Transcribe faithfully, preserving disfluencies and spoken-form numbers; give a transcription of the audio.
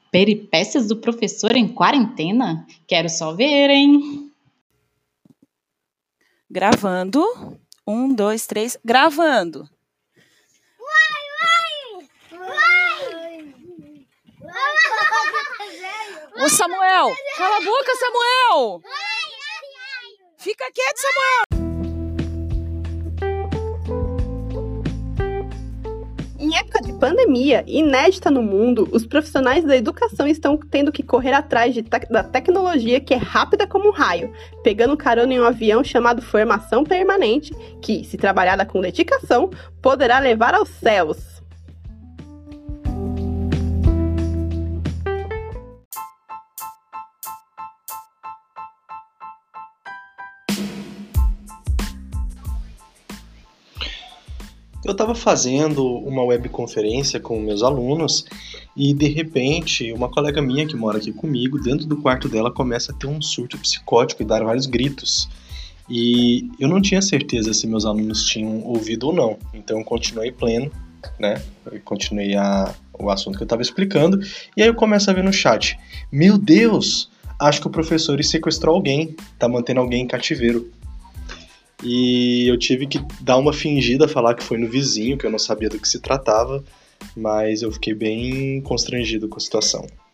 Peripécias do professor em quarentena? Quero só ver, hein? Gravando. Um, dois, três. Gravando. Ô, Samuel! Cala a boca, Samuel! Fica quieto, Samuel! Em época de pandemia, inédita no mundo, os profissionais da educação estão tendo que correr atrás de te- da tecnologia que é rápida como um raio, pegando carona em um avião chamado Formação Permanente, que, se trabalhada com dedicação, poderá levar aos céus. Eu estava fazendo uma webconferência com meus alunos e, de repente, uma colega minha que mora aqui comigo, dentro do quarto dela, começa a ter um surto psicótico e dar vários gritos. E eu não tinha certeza se meus alunos tinham ouvido ou não, então eu continuei pleno, né? Eu continuei a, o assunto que eu estava explicando, e aí eu começo a ver no chat: meu Deus, acho que o professor sequestrou alguém, tá mantendo alguém em cativeiro. E eu tive que dar uma fingida, falar que foi no vizinho, que eu não sabia do que se tratava, mas eu fiquei bem constrangido com a situação.